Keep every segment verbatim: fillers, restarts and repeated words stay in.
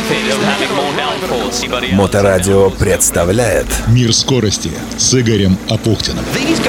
Моторадио представляет «Мир скорости» с Игорем Апухтиным.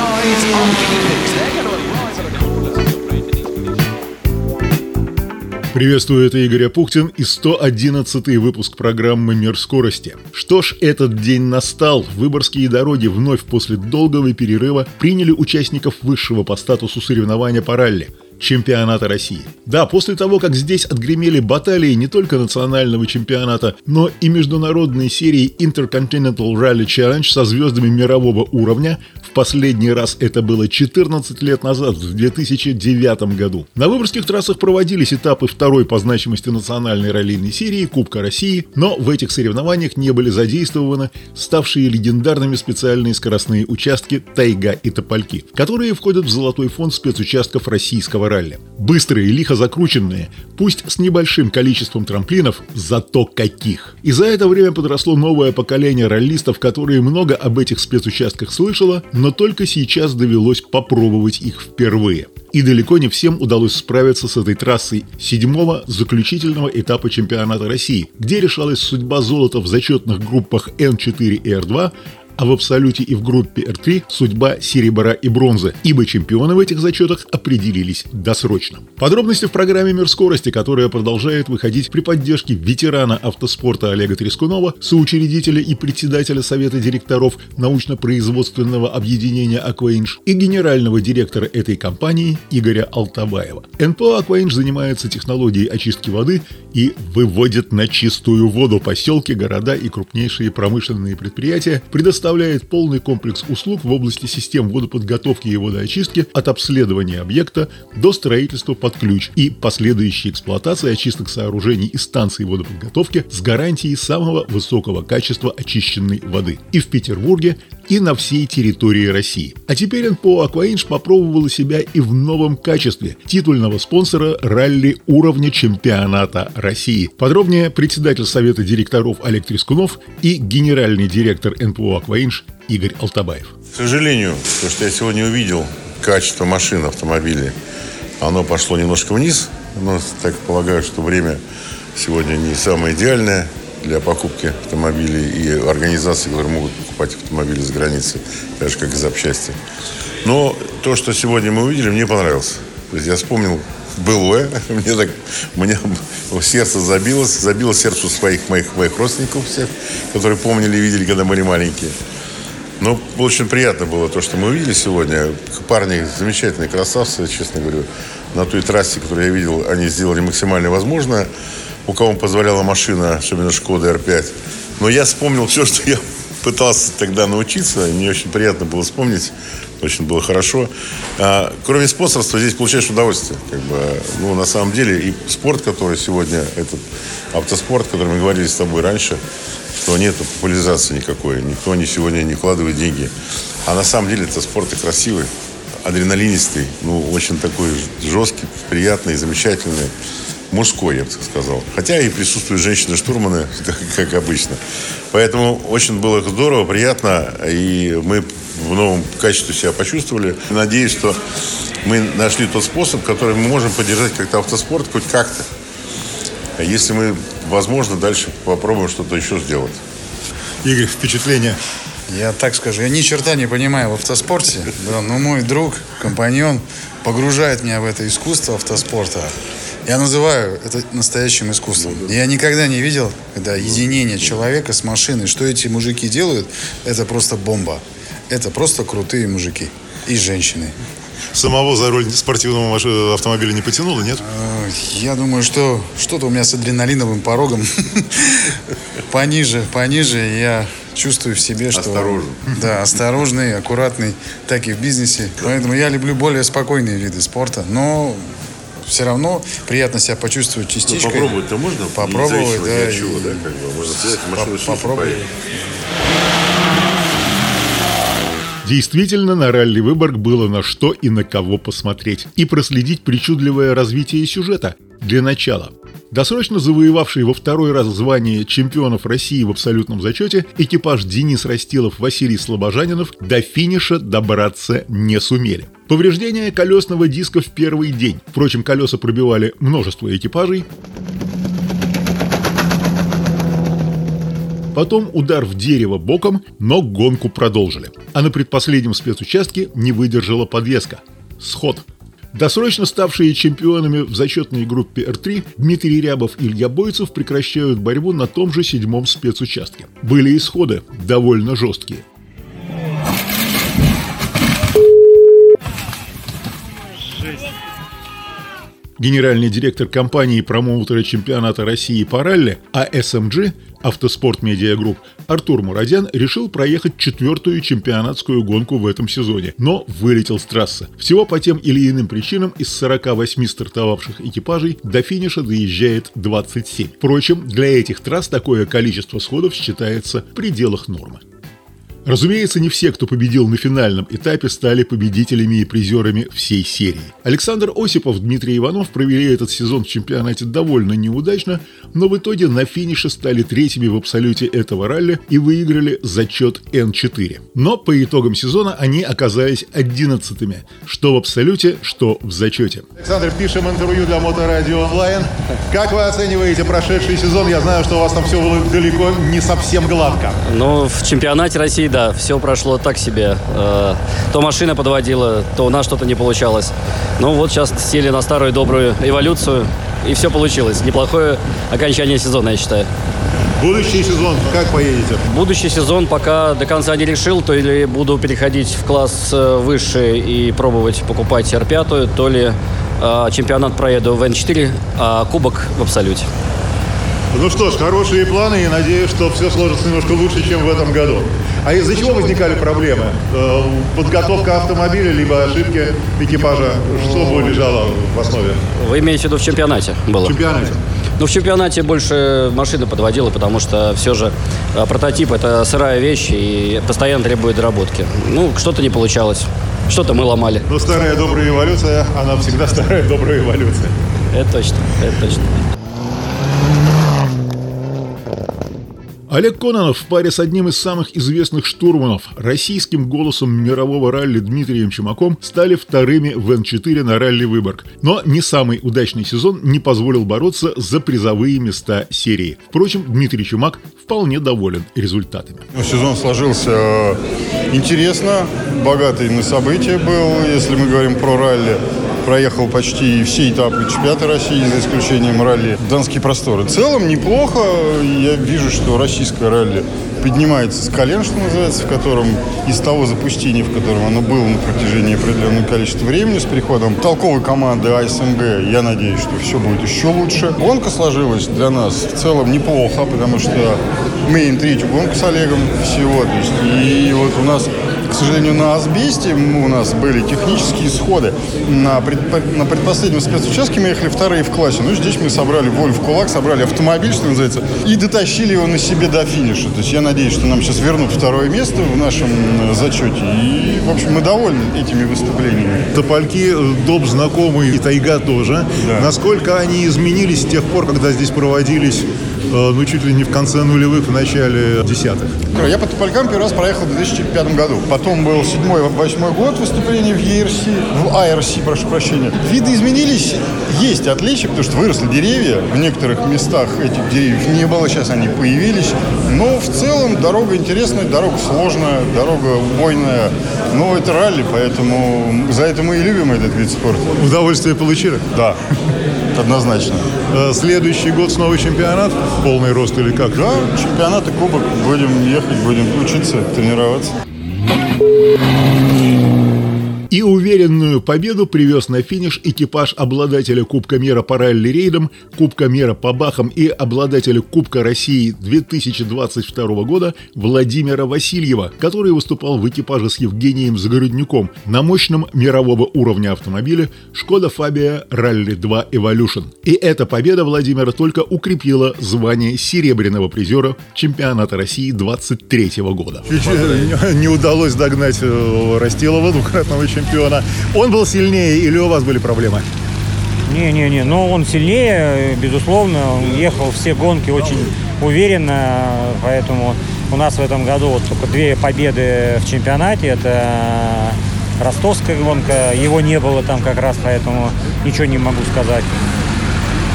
Приветствую, это Игорь Апухтин и сто одиннадцатый выпуск программы «Мир скорости». Что ж, этот день настал. Выборгские дороги вновь после долгого перерыва приняли участников высшего по статусу соревнования по ралли – чемпионата России. Да, после того, как здесь отгремели баталии не только национального чемпионата, но и международной серии Intercontinental Rally Challenge со звездами мирового уровня, в последний раз это было четырнадцать лет назад, в две тысячи девятом году. На выборгских трассах проводились этапы второй по значимости национальной раллийной серии Кубка России, но в этих соревнованиях не были задействованы ставшие легендарными специальные скоростные участки «Тайга» и «Топольки», которые входят в золотой фонд спецучастков российского ралли. Быстрые, лихо закрученные, пусть с небольшим количеством трамплинов, зато каких. И за это время подросло новое поколение раллистов, которые много об этих спецучастках слышало, но только сейчас довелось попробовать их впервые. И далеко не всем удалось справиться с этой трассой седьмого заключительного этапа чемпионата России, где решалась судьба золота в зачетных группах эн четыре и эр два, а в абсолюте и в группе эр три судьба серебра и бронзы, ибо чемпионы в этих зачетах определились досрочно. Подробности в программе «Мир скорости», которая продолжает выходить при поддержке ветерана автоспорта Олега Трескунова, соучредителя и председателя Совета директоров научно-производственного объединения «Акваинж» и генерального директора этой компании Игоря Алтабаева. эн пэ о «Акваинж» занимается технологией очистки воды и выводит на чистую воду поселки, города и крупнейшие промышленные предприятия, предоставляя Представляет полный комплекс услуг в области систем водоподготовки и водоочистки от обследования объекта до строительства под ключ и последующей эксплуатации очисток сооружений и станций водоподготовки с гарантией самого высокого качества очищенной воды и в Петербурге, и на всей территории России. А теперь эн пэ о «Акваинж» попробовала себя и в новом качестве титульного спонсора ралли уровня чемпионата России. Подробнее председатель Совета директоров Олег Трескунов и генеральный директор эн пэ о «Акваинж» Игорь Алтабаев. К сожалению, то, что я сегодня увидел, качество машин, автомобилей, оно пошло немножко вниз. Но так полагаю, что время сегодня не самое идеальное для покупки автомобилей и организаций, которые могут покупать автомобили за границей, так же, как и запчасти. Но то, что сегодня мы увидели, мне понравилось. То есть я вспомнил былое, мне так, мне сердце забилось, забило сердце своих моих, моих родственников всех, которые помнили и видели, когда были маленькие. Но очень приятно было то, что мы увидели сегодня. Парни замечательные, красавцы, честно говорю. На той трассе, которую я видел, они сделали максимально возможное. У кого позволяла машина, особенно Шкода эр пять. Но я вспомнил все, что я пытался тогда научиться. Мне очень приятно было вспомнить. Очень было хорошо. А, кроме спонсорства, здесь получаешь удовольствие. Как бы, ну, на самом деле, и спорт, который сегодня, этот автоспорт, о котором мы говорили с тобой раньше, что нет популяризации никакой. Никто не сегодня не вкладывает деньги. А на самом деле это спорт и красивый, адреналинистый, ну, очень такой жесткий, приятный, замечательный. Мужской, я бы так сказал. Хотя и присутствуют женщины-штурманы, как, как обычно. Поэтому очень было здорово, приятно. И мы в новом качестве себя почувствовали. Надеюсь, что мы нашли тот способ, который мы можем поддержать как-то автоспорт, хоть как-то. Если мы, возможно, дальше попробуем что-то еще сделать. Игорь, впечатление? Я так скажу, я ни черта не понимаю в автоспорте, да, но мой друг, компаньон погружает меня в это искусство автоспорта. Я называю это настоящим искусством. Я никогда не видел, когда единение человека с машиной, что эти мужики делают, это просто бомба. Это просто крутые мужики и женщины. Самого за руль спортивного автомобиля не потянуло, нет? Я думаю, что что-то у меня с адреналиновым порогом пониже, пониже. Я чувствую в себе, что... Осторожный. Да, осторожный, аккуратный, так и в бизнесе. Поэтому я люблю более спокойные виды спорта, но все равно приятно себя почувствовать частичкой. Ну, попробовать-то можно? Попробовать, да. Чего, да, как бы. Можно взять машину, попробовать. Действительно, на ралли Выборг было на что и на кого посмотреть и проследить причудливое развитие сюжета. Для начала. Досрочно завоевавший во второй раз звание чемпионов России в абсолютном зачете, экипаж Денис Растилов, Василий Слобожанинов до финиша добраться не сумели. Повреждение колесного диска в первый день. Впрочем, колеса пробивали множество экипажей. Потом удар в дерево боком, но гонку продолжили. А на предпоследнем спецучастке не выдержала подвеска. Сход. Досрочно ставшие чемпионами в зачетной группе эр три Дмитрий Рябов и Илья Бойцев прекращают борьбу на том же седьмом спецучастке. Были исходы довольно жесткие. Генеральный директор компании промоутера чемпионата России по ралли эй эс эм джи Автоспорт Медиа Групп Артур Мурадян решил проехать четвертую чемпионатскую гонку в этом сезоне, но вылетел с трассы. Всего по тем или иным причинам из сорока восьми стартовавших экипажей до финиша доезжает двадцать семь. Впрочем, для этих трасс такое количество сходов считается в пределах нормы. Разумеется, не все, кто победил на финальном этапе, стали победителями и призерами всей серии. Александр Осипов, Дмитрий Иванов провели этот сезон в чемпионате довольно неудачно, но в итоге на финише стали третьими в абсолюте этого ралли и выиграли зачет эн четыре. Но по итогам сезона они оказались одиннадцатыми, что в абсолюте, что в зачете. Александр, пишем интервью для Моторадио онлайн. Как вы оцениваете прошедший сезон? Я знаю, что у вас там все было далеко не совсем гладко. Ну, в чемпионате России, да, все прошло так себе. То машина подводила, то у нас что-то не получалось. Ну вот сейчас сели на старую добрую эволюцию, и все получилось. Неплохое окончание сезона, я считаю. Будущий сезон как поедете? Будущий сезон пока до конца не решил. То ли буду переходить в класс выше и пробовать покупать эр пять, то ли э, чемпионат проеду в эн четыре, а кубок в абсолюте. Ну что ж, хорошие планы, и надеюсь, что все сложится немножко лучше, чем в этом году. А из-за чего возникали проблемы? Подготовка автомобиля, либо ошибки экипажа? Что лежало в основе? Вы имеете в виду в чемпионате было? В чемпионате. Ну, в чемпионате больше машина подводила, потому что все же прототип – это сырая вещь и постоянно требует доработки. Ну, что-то не получалось, что-то мы ломали. Но старая добрая эволюция, она всегда старая добрая эволюция. Это точно, это точно. Олег Кононов в паре с одним из самых известных штурманов, российским голосом мирового ралли Дмитрием Чумаком, стали вторыми в эн четыре на ралли Выборг. Но не самый удачный сезон не позволил бороться за призовые места серии. Впрочем, Дмитрий Чумак вполне доволен результатами. Сезон сложился интересно, богатый на события был, если мы говорим про ралли. Проехал почти все этапы чемпионата России, за исключением ралли «Донские просторы». В целом неплохо. Я вижу, что российское ралли поднимается с колен, что называется, в котором из того запустения, в котором оно было на протяжении определенного количества времени, с приходом толковой команды эй эс эм джи, я надеюсь, что все будет еще лучше. Гонка сложилась для нас в целом неплохо, потому что мы имеем третью гонку с Олегом всего. То есть, и вот у нас, к сожалению, на асбесте у нас были технические исходы. На, предпо... на предпоследнем спецучастке мы ехали вторые в классе. Ну, здесь мы собрали волю в кулак, собрали автомобиль, что называется, и дотащили его на себе до финиша. То есть я надеюсь, что нам сейчас вернут второе место в нашем зачете. И, в общем, мы довольны этими выступлениями. Топольки, Доб знакомый, и Тайга тоже. Да. Насколько они изменились с тех пор, когда здесь проводились, ну, чуть ли не в конце нулевых, в начале десятых? Я по Тополькам первый раз проехал в две тысячи пятом году. Потом был седьмой, восьмой год выступления в и эр си, в эй эр си, прошу прощения. Виды изменились, есть отличия, потому что выросли деревья. В некоторых местах этих деревьев не было, сейчас они появились. Но в целом дорога интересная, дорога сложная, дорога убойная. Но это ралли, поэтому за это мы и любим этот вид спорта. Удовольствие получили? Да, однозначно. Следующий год снова чемпионат? Полный рост или как? Да, чемпионат и кубок. Будем ехать, будем учиться, тренироваться. И уверенную победу привез на финиш экипаж обладателя Кубка мира по ралли-рейдам, Кубка мира по бахам и обладателя Кубка России две тысячи двадцать второго года Владимира Васильева, который выступал в экипаже с Евгением Загороднюком на мощном мирового уровня автомобиле Шкода Фабия Ралли два Evolution. И эта победа Владимира только укрепила звание серебряного призера чемпионата России двадцать третьего года. Чуть-чуть не удалось догнать Растилова, двукратного чемпиона. чемпиона. Он был сильнее или у вас были проблемы? Не-не-не, но он сильнее, безусловно. Он ехал все гонки очень уверенно, поэтому у нас в этом году вот только две победы в чемпионате. Это ростовская гонка, его не было там как раз, поэтому ничего не могу сказать.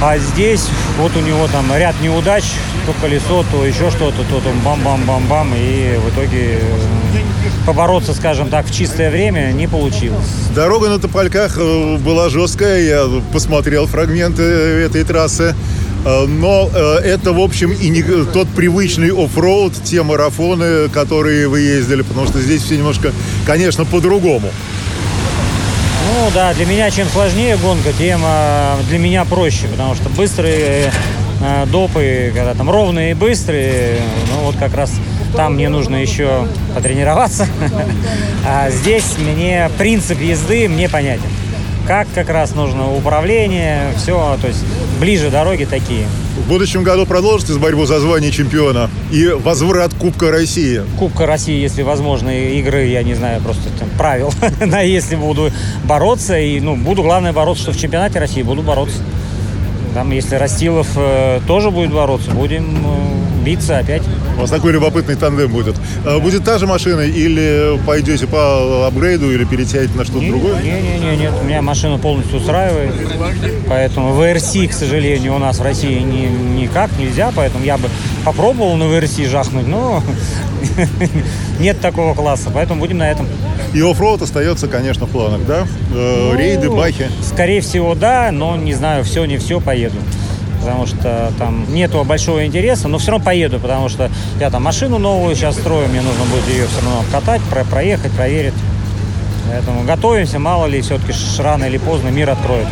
А здесь вот у него там ряд неудач, то колесо, то еще что-то, то там бам-бам-бам-бам, и в итоге побороться, скажем так, в чистое время не получилось. Дорога на топольках была жесткая, я посмотрел фрагменты этой трассы. Но это, в общем, и не тот привычный оффроуд, те марафоны, которые вы ездили, потому что здесь все немножко, конечно, по-другому. Ну да, для меня чем сложнее гонка, тем для меня проще, потому что быстрые допы, когда там ровные и быстрые, ну вот как раз там мне нужно еще потренироваться. А здесь мне принцип езды мне понятен. Как как раз нужно управление, все, то есть ближе дороги такие. В будущем году продолжите борьбу за звание чемпиона и возврат Кубка России? Кубка России, если возможно, игры, я не знаю, просто там, правил. Да, если буду бороться, и, ну, буду, главное, бороться, что в чемпионате России буду бороться. Там, если Растилов э, тоже будет бороться, будем э, биться опять. У вас такой любопытный тандем будет. А будет та же машина или пойдете по апгрейду или перетянете на что-то не, другое? Не-не-не, нет, меня машина полностью устраивает. Поэтому ви ар си, к сожалению, у нас в России не, никак нельзя, поэтому я бы попробовал на ви ар си жахнуть, но нет такого класса, поэтому будем на этом. И оффроуд остается, конечно, в планах, да? Э, рейды, бахи? Скорее всего, да, но не знаю, все, не все, поеду. Потому что там нету большого интереса, но все равно поеду, потому что я там машину новую сейчас строю, мне нужно будет ее все равно катать, про- проехать, проверить. Поэтому готовимся, мало ли, все-таки рано или поздно мир откроет.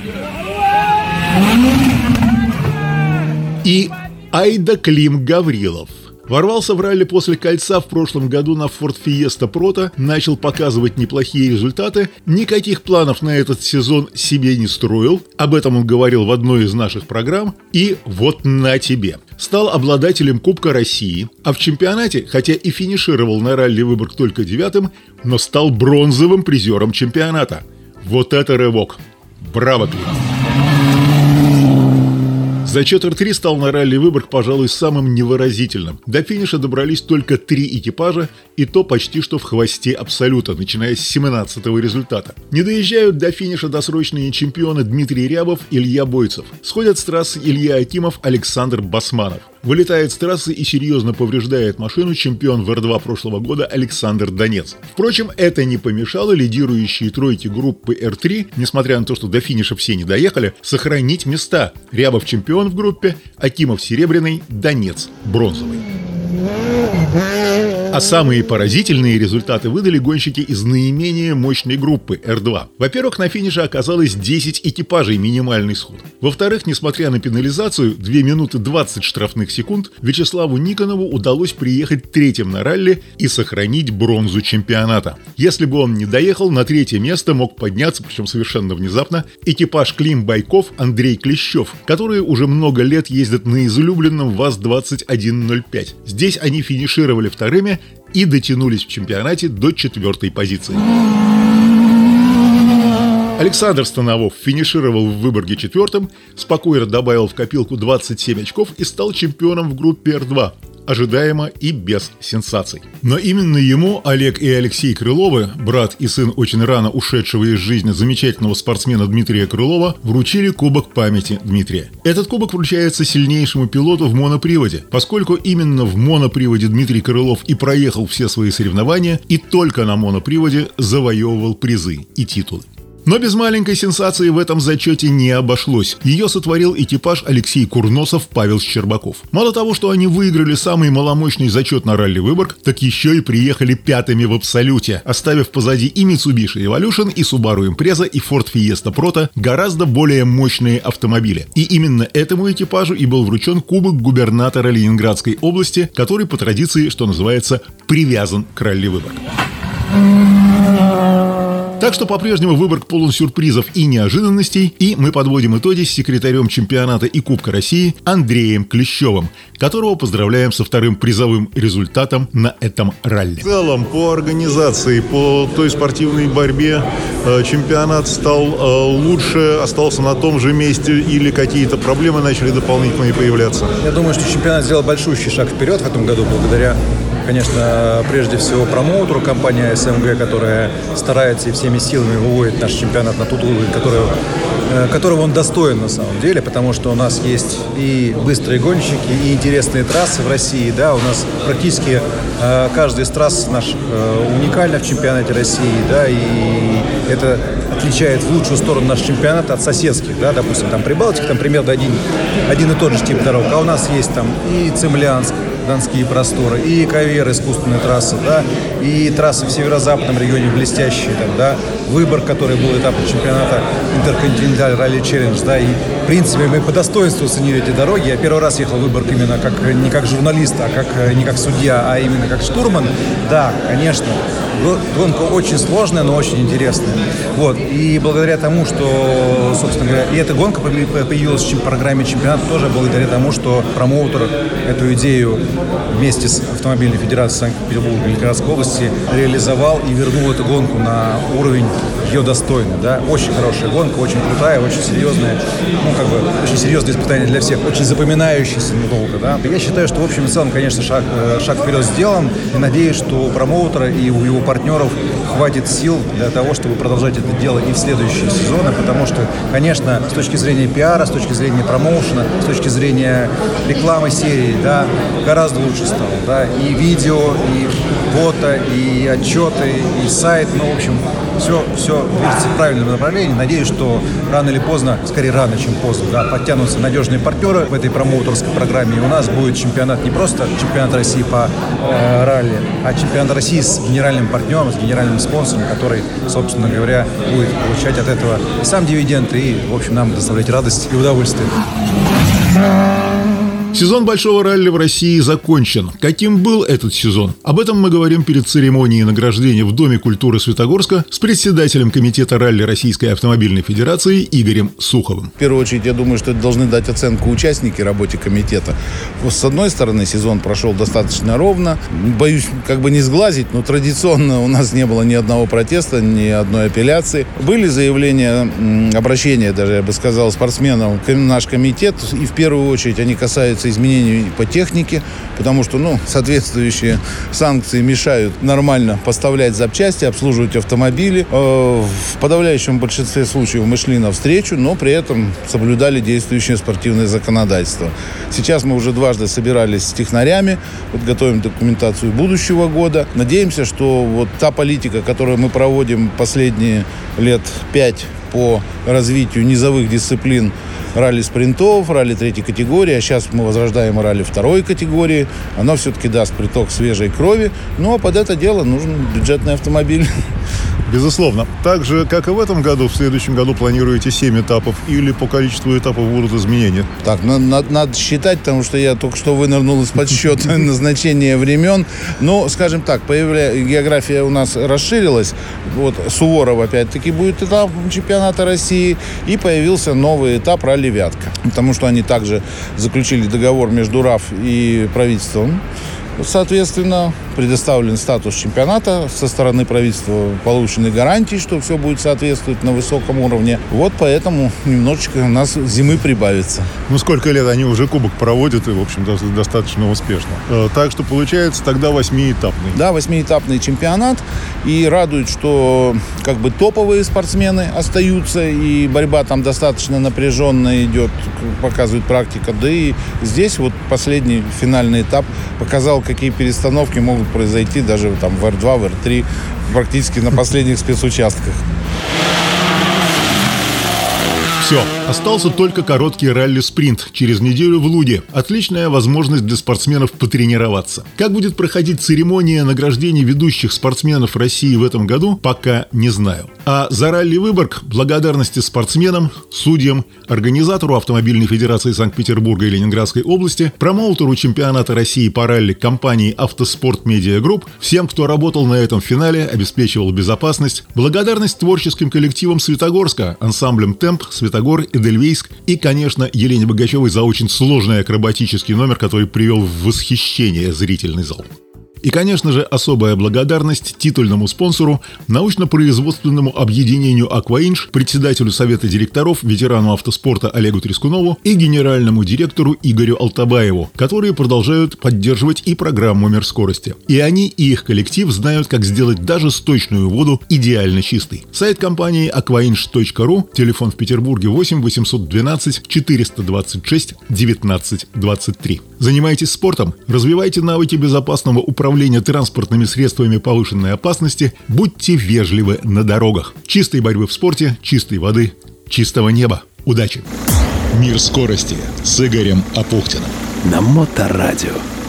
И Айда Клим Гаврилов. Ворвался в ралли после кольца в прошлом году на Ford Fiesta Proto, начал показывать неплохие результаты, никаких планов на этот сезон себе не строил, об этом он говорил в одной из наших программ, и вот на тебе. Стал обладателем Кубка России, а в чемпионате, хотя и финишировал на ралли Выборг только девятым, но стал бронзовым призером чемпионата. Вот это рывок! Браво, Клим! Зачет эр три стал на ралли Выборг, пожалуй, самым невыразительным. До финиша добрались только три экипажа, и то почти что в хвосте абсолюта, начиная с семнадцатого результата. Не доезжают до финиша досрочные чемпионы Дмитрий Рябов, Илья Бойцев. Сходят с трассы Илья Акимов, Александр Басманов. Вылетает с трассы и серьезно повреждает машину чемпион в эр два прошлого года Александр Донец. Впрочем, это не помешало лидирующей тройке группы эр три, несмотря на то, что до финиша все не доехали, сохранить места. Рябов чемпион в группе, Акимов серебряный, Донец бронзовый. А самые поразительные результаты выдали гонщики из наименее мощной группы эр два. Во-первых, на финише оказалось десять экипажей, минимальный сход. Во-вторых, несмотря на пенализацию, две минуты двадцать штрафных секунд, Вячеславу Никонову удалось приехать третьим на ралли и сохранить бронзу чемпионата. Если бы он не доехал, на третье место мог подняться, причем совершенно внезапно, экипаж Клим Байков, Андрей Клещев, которые уже много лет ездят на излюбленном ВАЗ двадцать один ноль пять. Здесь они финишировали вторыми и дотянулись в чемпионате до четвертой позиции. Александр Становов финишировал в Выборге четвертым, спокойно добавил в копилку двадцать семь очков и стал чемпионом в группе эр два. Ожидаемо и без сенсаций. Но именно ему Олег и Алексей Крыловы, брат и сын очень рано ушедшего из жизни замечательного спортсмена Дмитрия Крылова, вручили Кубок памяти Дмитрия. Этот кубок вручается сильнейшему пилоту в моноприводе, поскольку именно в моноприводе Дмитрий Крылов и проехал все свои соревнования, и только на моноприводе завоевывал призы и титулы. Но без маленькой сенсации в этом зачете не обошлось. Ее сотворил экипаж Алексей Курносов, Павел Щербаков. Мало того, что они выиграли самый маломощный зачет на ралли Выборг, так еще и приехали пятыми в абсолюте, оставив позади и Mitsubishi Evolution, и Subaru Impreza, и Ford Fiesta Proto, гораздо более мощные автомобили. И именно этому экипажу и был вручен кубок губернатора Ленинградской области, который по традиции, что называется, привязан к ралли Выборг. Так что по-прежнему Выборг полон сюрпризов и неожиданностей, и мы подводим итоги с секретарем чемпионата и Кубка России Андреем Клещевым, которого поздравляем со вторым призовым результатом на этом ралли. В целом, по организации, по той спортивной борьбе чемпионат стал лучше, остался на том же месте или какие-то проблемы начали дополнительные появляться? Я думаю, что чемпионат сделал большущий шаг вперед в этом году благодаря конечно, прежде всего промоутеру компании эс эм гэ, которая старается и всеми силами выводит наш чемпионат на тот уровень, который, которого он достоин на самом деле, потому что у нас есть и быстрые гонщики, и интересные трассы в России. Да, у нас практически э, каждая из трасс наш э, уникальна в чемпионате России, да, и это отличает в лучшую сторону наш чемпионат от соседских, да, допустим, там Прибалтика, там примерно один, один и тот же тип дорог, а у нас есть там и Цимлянск, Донские просторы, и Кавер, искусственная трасса, да, и трассы в северо-западном регионе блестящие, там, да, Выбор, который был этапом чемпионата Интерконтиненталь Ралли Челлендж, да, и в принципе мы по достоинству оценили эти дороги. Я первый раз ехал в Выборг именно как, не как журналист, а как, не как судья, а именно как штурман. Да, конечно, гонка очень сложная, но очень интересная. Вот, и благодаря тому, что, собственно говоря, и эта гонка появилась в программе чемпионата тоже благодаря тому, что промоутер эту идею вместе с Автомобильной Федерацией Санкт-Петербурга и Ленинградской области реализовал и вернул эту гонку на уровень ее достойный. Да? Очень хорошая гонка, очень крутая, очень серьезная, ну, как бы, очень серьезное испытание для всех, очень запоминающееся надолго. Да? Я считаю, что в общем и целом, конечно, шаг, шаг вперед сделан, и надеюсь, что у промоутера и у его партнеров хватит сил для того, чтобы продолжать это дело и в следующие сезоны, потому что, конечно, с точки зрения пиара, с точки зрения промоушена, с точки зрения рекламы серии, да, гораздо лучше стало. Да? И видео, и фото, и отчеты, и сайт, ну, в общем, все, все движется в правильном направлении. Надеюсь, что рано или поздно, скорее рано, чем поздно, да, подтянутся надежные партнеры в этой промоутерской программе, и у нас будет чемпионат, не просто чемпионат России по э, ралли, а чемпионат России с генеральным партнером, с генеральным спонсором, который, собственно говоря, будет получать от этого и сам дивиденд, и, в общем, нам доставлять радость и удовольствие. Сезон большого ралли в России закончен. Каким был этот сезон? Об этом мы говорим перед церемонией награждения в Доме культуры Светогорска с председателем комитета ралли Российской автомобильной федерации Игорем Суховым. В первую очередь, я думаю, что это должны дать оценку участники работе комитета. С одной стороны, сезон прошел достаточно ровно. Боюсь, как бы не сглазить, но традиционно у нас не было ни одного протеста, ни одной апелляции. Были заявления, обращения даже, я бы сказал, спортсменов в наш комитет. И в первую очередь они касаются изменений по технике, потому что, ну, соответствующие санкции мешают нормально поставлять запчасти, обслуживать автомобили. В подавляющем большинстве случаев мы шли навстречу, но при этом соблюдали действующее спортивное законодательство. Сейчас мы уже дважды собирались с технарями, вот готовим документацию будущего года. Надеемся, что вот та политика, которую мы проводим последние лет пять по развитию низовых дисциплин ралли-спринтов, ралли третьей категории, а сейчас мы возрождаем ралли второй категории. Оно все-таки даст приток свежей крови, но под это дело нужен бюджетный автомобиль. Безусловно. Так же, как и в этом году, в следующем году планируете семь этапов или по количеству этапов будут изменения? Так, надо, надо считать, потому что я только что вынырнул из подсчета назначения времен. Но, скажем так, появля... география у нас расширилась. Вот Суворов опять-таки будет этап чемпионата России. И появился новый этап ралли «Вятка». Потому что они также заключили договор между РАФ и правительством. Соответственно, предоставлен статус чемпионата со стороны правительства, получены гарантии, что все будет соответствовать на высоком уровне. Вот поэтому немножечко у нас зимы прибавится. Ну, сколько лет они уже кубок проводят, и, в общем, достаточно успешно. Так что, получается, тогда восьмиэтапный. Да, восьмиэтапный чемпионат. И радует, что как бы топовые спортсмены остаются, и борьба там достаточно напряженная идет, показывает практика. Да и здесь вот последний финальный этап показал, какие перестановки могут произойти даже там в эр два, в эр три, практически на последних спецучастках. Все, остался только короткий ралли-спринт через неделю в Луде. Отличная возможность для спортсменов потренироваться. Как будет проходить церемония награждения ведущих спортсменов России в этом году, пока не знаю. А за ралли Выборг благодарности спортсменам, судьям, организатору Автомобильной Федерации Санкт-Петербурга и Ленинградской области, промоутеру чемпионата России по ралли компании «Автоспорт Медиа Групп», всем, кто работал на этом финале, обеспечивал безопасность, благодарность творческим коллективам Светогорска, ансамблем «Темп», «Светогор», «Эдельвейск» и, конечно, Елене Богачевой за очень сложный акробатический номер, который привел в восхищение зрительный зал. И, конечно же, особая благодарность титульному спонсору, научно-производственному объединению «Акваинж», председателю совета директоров, ветерану автоспорта Олегу Трескунову и генеральному директору Игорю Алтабаеву, которые продолжают поддерживать и программу «Мир скорости». И они, и их коллектив знают, как сделать даже сточную воду идеально чистой. Сайт компании акваинж точка ру, телефон в Петербурге восемь восемьсот двенадцать четыреста двадцать шесть девятнадцать двадцать три. Занимайтесь спортом, развивайте навыки безопасного управления транспортными средствами повышенной опасности, будьте вежливы на дорогах. Чистой борьбы в спорте, чистой воды, чистого неба. Удачи! Мир скорости с Игорем Апухтиным на Моторадио.